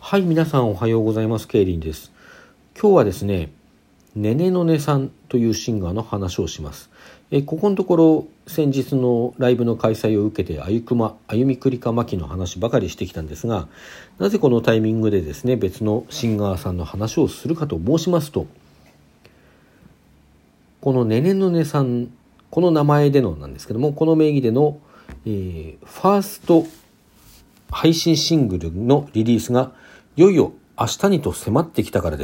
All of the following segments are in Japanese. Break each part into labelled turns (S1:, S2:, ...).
S1: はい、皆さんおはようございます。ケイリンです。今日はですね、ねねのねさんというシンガーの話をします。ここのところ先日のライブの開催を受けてあゆみくりかまきの話ばかりしてきたんですが、なぜこのタイミングでですね、別のシンガーさんの話をするかと申しますと、このねねのねさん、この名前でのなんですけども、この名義での、ファースト配信シングルのリリースがいよいよ明日にと迫ってきたからです。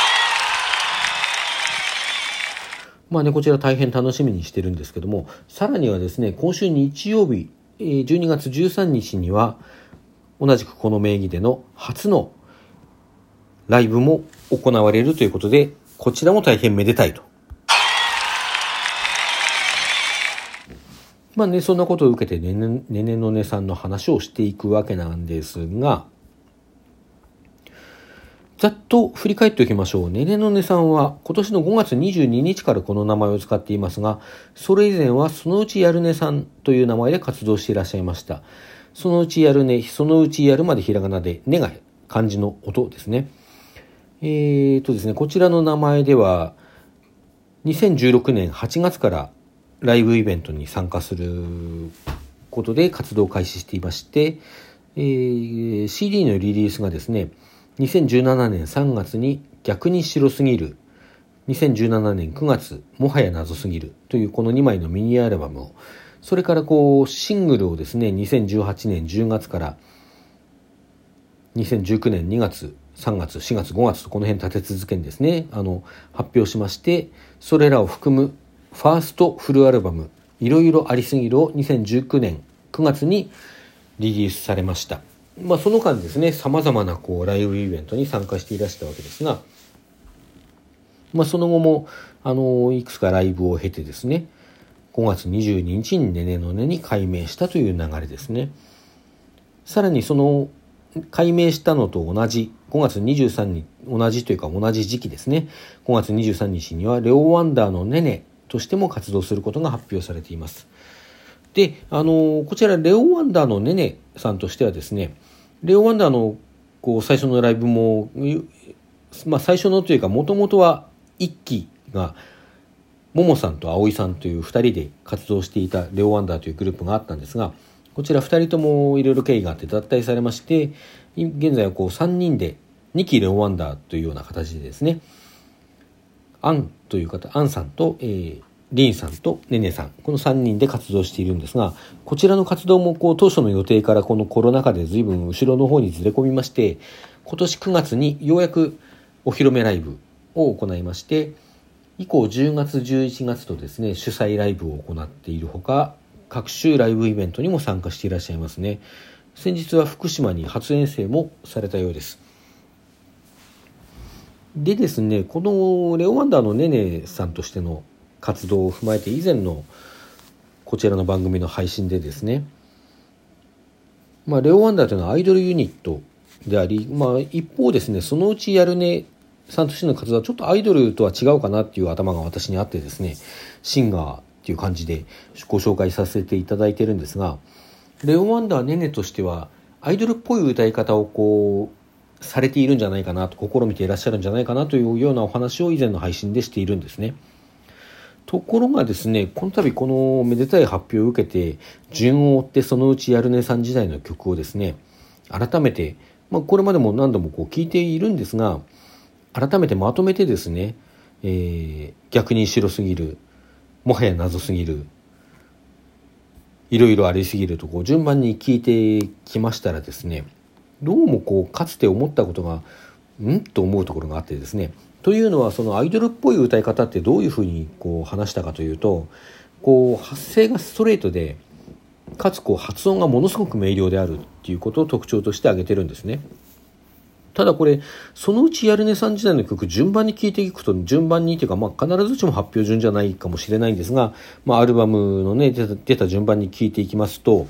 S1: こちら大変楽しみにしてるんですけども、さらにはですね、今週日曜日、12月13日には同じくこの名義での初のライブも行われるということで、こちらも大変めでたいと。そんなことを受けてねねのねさんの話をしていくわけなんですが、ざっと振り返っておきましょう。ねねのねさんは今年の5月22日からこの名前を使っていますが、それ以前はそのうちやるねさんという名前で活動していらっしゃいました。そのうちやるね、そのうちやるまでひらがなで、ねが漢字の音ですね。ですね、こちらの名前では2016年8月からライブイベントに参加することで活動を開始していまして、CD のリリースがですね、2017年3月に逆に白すぎる、2017年9月もはや謎すぎるというこの2枚のミニアルバムを、それからシングルをですね、2018年10月から2019年2月3月4月5月とこの辺立て続けにですね、発表しまして、それらを含むファーストフルアルバムいろいろありすぎるを2019年9月にリリースされました。その間ですね、様々なライブイベントに参加していらしたわけですが、その後もいくつかライブを経てですね、5月22日にねねのねに改名したという流れですね。さらにその改名したのと同じ5月23日、同じというか同じ時期ですね、5月23日にはレオワンダーのねねとしても活動することが発表されています。で、こちらレオワンダーのねねさんとしてはですね、レオワンダーの最初のライブも、最初のというかもともとは1期がももさんと葵さんという2人で活動していたレオワンダーというグループがあったんですが、こちら2人ともいろいろ経緯があって脱退されまして、現在は3人で2期レオワンダーというような形でですね、アンという方、アンさんと、リンさんとねねさん、この3人で活動しているんですが、こちらの活動も当初の予定からこのコロナ禍で随分後ろの方にずれ込みまして、今年9月にようやくお披露目ライブを行いまして、以降10月11月とですね、主催ライブを行っているほか、各種ライブイベントにも参加していらっしゃいますね。先日は福島に初遠征もされたようです。でですね、このレオワンダーのねねさんとしての活動を踏まえて、以前のこちらの番組の配信でですね、レオワンダーというのはアイドルユニットであり、一方ですね、そのうちやるねさんとしての活動はちょっとアイドルとは違うかなっていう頭が私にあってですね、シンガーっていう感じでご紹介させていただいてるんですが、レオワンダーねねとしてはアイドルっぽい歌い方をされているんじゃないかなと、試みていらっしゃるんじゃないかなというようなお話を以前の配信でしているんですね。ところがですね、この度このめでたい発表を受けて、順を追ってそのうちやるねさん時代の曲をですね、改めて、これまでも何度も聴いているんですが、改めてまとめてですね、逆に白すぎる、もはや謎すぎる、いろいろありすぎると順番に聴いてきましたらですね、どうもかつて思ったことがと思うところがあってですね、というのはそのアイドルっぽい歌い方ってどういうふうに話したかというと、発声がストレートでかつ発音がものすごく明瞭であるっていうことを特徴として挙げてるんですね。ただこれそのうちやるねさん時代の曲順番に聴いていくと、順番にというか必ずしも発表順じゃないかもしれないんですが、アルバムのね出た順番に聴いていきますと、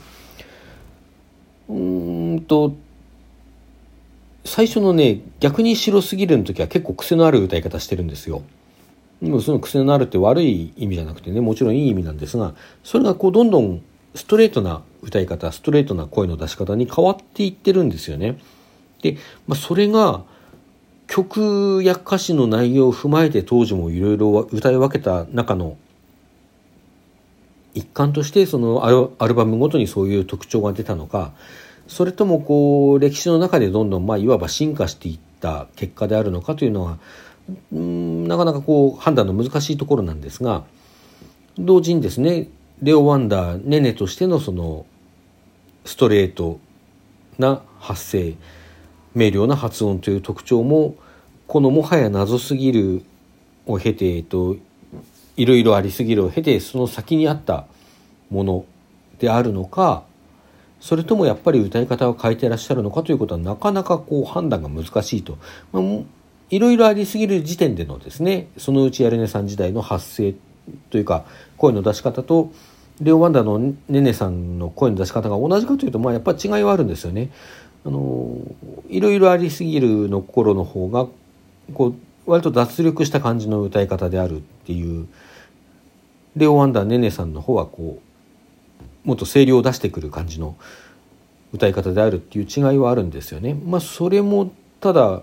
S1: 最初のね逆に白すぎるの時は結構癖のある歌い方してるんですよ。でもその癖のあるって悪い意味じゃなくてね、もちろんいい意味なんですが、それがどんどんストレートな歌い方、ストレートな声の出し方に変わっていってるんですよね。 で、それが曲や歌詞の内容を踏まえて当時もいろいろ歌い分けた中の一環として、そのアルバムごとにそういう特徴が出たのか、それとも歴史の中でどんどんいわば進化していった結果であるのかというのはなかなか判断の難しいところなんですが、同時にですね、レオ・ワンダー、ネネとしてのそのストレートな発声、明瞭な発音という特徴も、このもはや謎すぎるを経て、いろいろありすぎるを経て、その先にあったものであるのか、それともやっぱり歌い方を変えていらっしゃるのかということはなかなか判断が難しいと、いろいろありすぎる時点でのですね、そのうちアルネさん時代の発声というか声の出し方とレオ・ワンダーのネネさんの声の出し方が同じかというと、やっぱり違いはあるんですよね。いろいろありすぎるの頃の方が割と脱力した感じの歌い方であるっていう、レオ・ワンダー、ネネさんの方はもっと声量を出してくる感じの歌い方であるっていう違いはあるんですよね。それもただ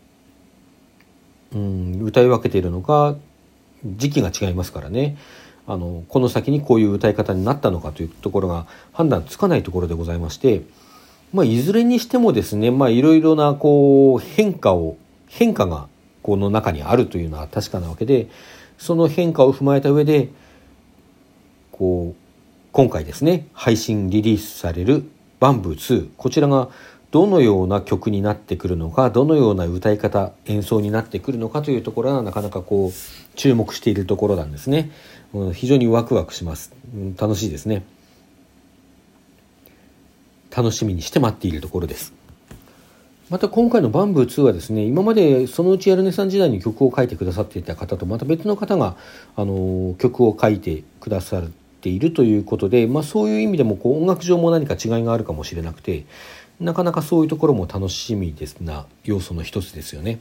S1: 歌い分けているのか、時期が違いますからね、この先にこういう歌い方になったのかというところが判断つかないところでございまして、いずれにしてもですね、いろいろな変化がこの中にあるというのは確かなわけで、その変化を踏まえた上で今回ですね、配信リリースされるバンブー2、こちらがどのような曲になってくるのか、どのような歌い方、演奏になってくるのかというところがなかなか注目しているところなんですね。非常にワクワクします。楽しいですね。楽しみにして待っているところです。また今回のバンブー2はですね、今までそのうちやるねさん時代に曲を書いてくださっていた方とまた別の方が曲を書いてくださっているということで、そういう意味でも音楽上も何か違いがあるかもしれなくて、なかなかそういうところも楽しみですな要素の一つですよね。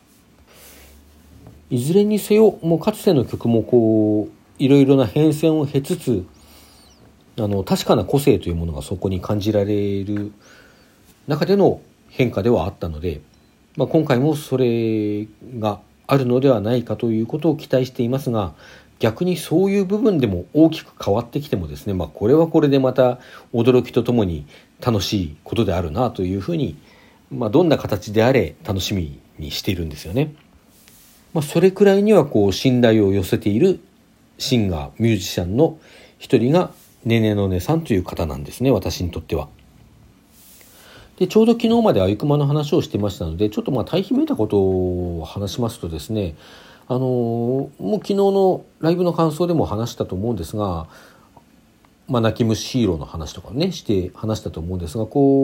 S1: いずれにせよ、かつての曲もいろいろな変遷を経つつ、確かな個性というものがそこに感じられる中での変化ではあったので、今回もそれがあるのではないかということを期待していますが、逆にそういう部分でも大きく変わってきてもですね、これはこれでまた驚きとともに楽しいことであるなというふうに、どんな形であれ楽しみにしているんですよね。それくらいには信頼を寄せているシンガーミュージシャンの一人がねねのねさんという方なんですね、私にとっては。でちょうど昨日まであゆくまの話をしてましたので、ちょっと対比めいたことを話しますとですね、もう昨日のライブの感想でも話したと思うんですが、泣き虫ヒーローの話とかねして話したと思うんですが、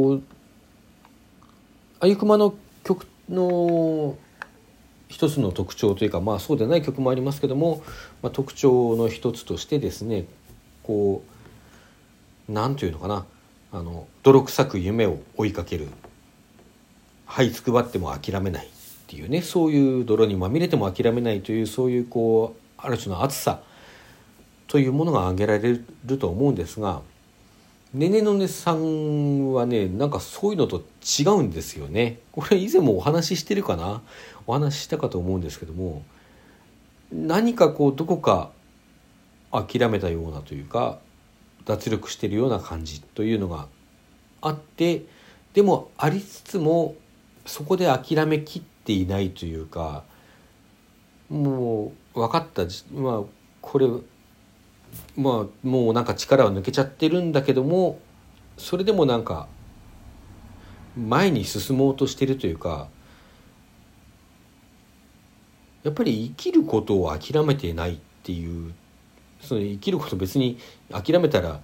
S1: あゆくまの曲の一つの特徴というか、そうでない曲もありますけども、特徴の一つとしてですね、なんていうのかな、泥臭く夢を追いかける、這いつくばっても諦めないっていうね、そういう泥にまみれても諦めないという、そういうある種の熱さというものが挙げられると思うんですが、ねねのねさんはね、なんかそういうのと違うんですよね。これ以前もお話ししてるかな、お話ししたかと思うんですけども、何かどこか諦めたようなというか脱力しているような感じというのがあって、でもありつつもそこで諦めきっていないというか、もう分かった、これもうなんか力は抜けちゃってるんだけども、それでもなんか前に進もうとしてるというか、やっぱり生きることを諦めていないっていう、その生きること別に諦めたら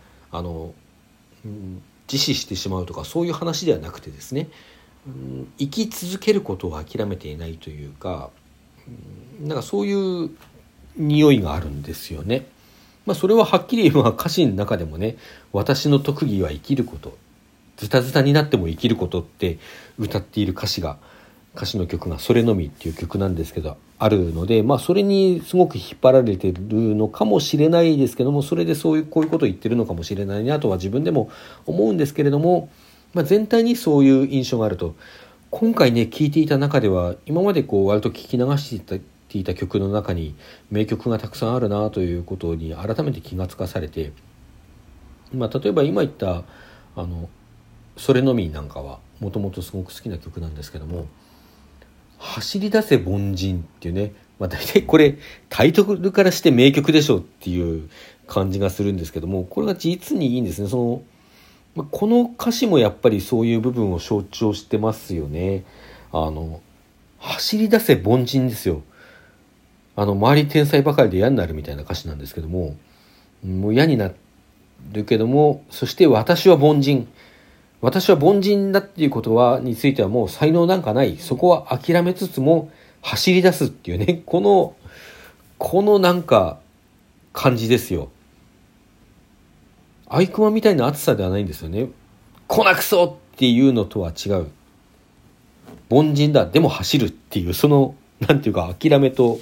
S1: 自死してしまうとかそういう話ではなくてですね、生き続けることを諦めていないというか、なんかそういう匂いがあるんですよね。それははっきり言えば歌詞の中でもね、私の特技は生きること、ズタズタになっても生きることって歌っている歌詞の曲がそれのみっていう曲なんですけどあるので、それにすごく引っ張られているのかもしれないですけども、それでこういうことを言ってるのかもしれないなとは自分でも思うんですけれども、全体にそういう印象があると。 今回ね聴いていた中では今まで割と聞き流していた曲の中に名曲がたくさんあるなということに改めて気がつかされて、例えば今言ったそれのみなんかはもともとすごく好きな曲なんですけども、走り出せ凡人っていうね、大体これタイトルからして名曲でしょっていう感じがするんですけども、これが実にいいんですね。この歌詞もやっぱりそういう部分を象徴してますよね。走り出せ凡人ですよ。周り天才ばかりで嫌になるみたいな歌詞なんですけども、もう嫌になるけども、そして私は凡人だっていうことについてはもう才能なんかない、そこは諦めつつも走り出すっていうね、このなんか感じですよ。アイクマみたいな熱さではないんですよね。こなくそっていうのとは違う。凡人だ、でも走るっていう、なんていうか諦めと、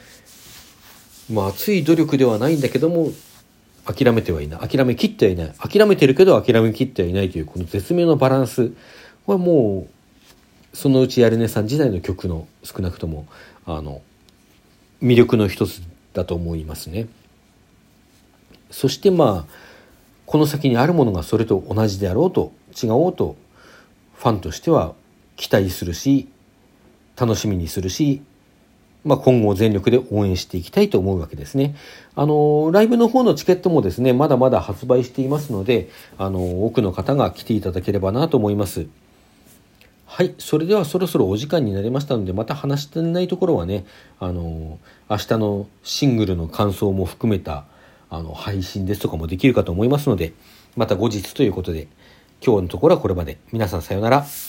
S1: 熱い努力ではないんだけども、諦めてはいない。諦めきってはいない。諦めてるけど諦めきってはいないという、この絶妙なバランス。これはもう、そのうちやるねさん時代の曲の少なくとも、魅力の一つだと思いますね。そしてこの先にあるものがそれと同じであろうと違おうと、ファンとしては期待するし、楽しみにするし、今後全力で応援していきたいと思うわけですね。ライブの方のチケットもですね、まだまだ発売していますので、多くの方が来ていただければなと思います。はい、それではそろそろお時間になりましたので、また話してないところはね、明日のシングルの感想も含めた配信ですとかもできるかと思いますので、また後日ということで、今日のところはこれまで。皆さんさようなら。